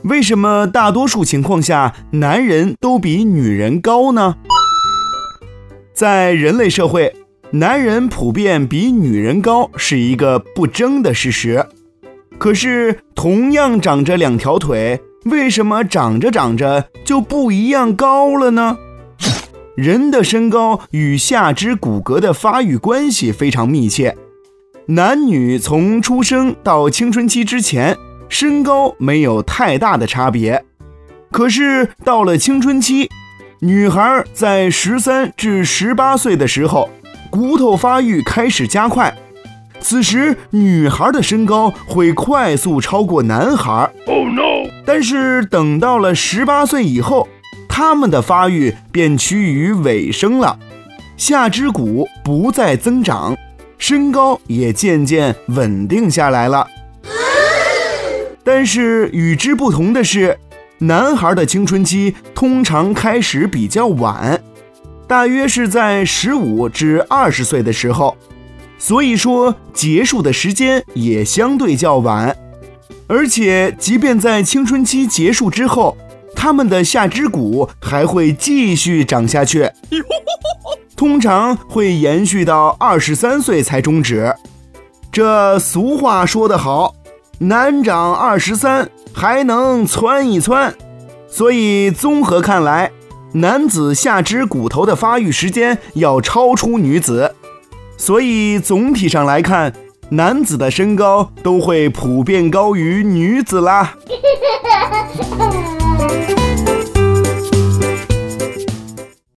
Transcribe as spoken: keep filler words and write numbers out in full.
为什么大多数情况下男人都比女人高呢？在人类社会，男人普遍比女人高是一个不争的事实。可是同样长着两条腿，为什么长着长着就不一样高了呢？人的身高与下肢骨骼的发育关系非常密切。男女从出生到青春期之前，身高没有太大的差别。可是到了青春期，女孩在十三至十八岁的时候，骨头发育开始加快。此时女孩的身高会快速超过男孩。Oh no！ 但是等到了十八岁以后，他们的发育便趋于尾声了，下肢骨不再增长，身高也渐渐稳定下来了。但是与之不同的是，男孩的青春期通常开始比较晚，大约是在十五至二十岁的时候，所以说结束的时间也相对较晚。而且即便在青春期结束之后，他们的下肢骨还会继续长下去，通常会延续到二十三岁才终止。这俗话说得好，男长二十三还能蹿一蹿。所以综合看来，男子下肢骨头的发育时间要超出女子。所以总体上来看，男子的身高都会普遍高于女子啦。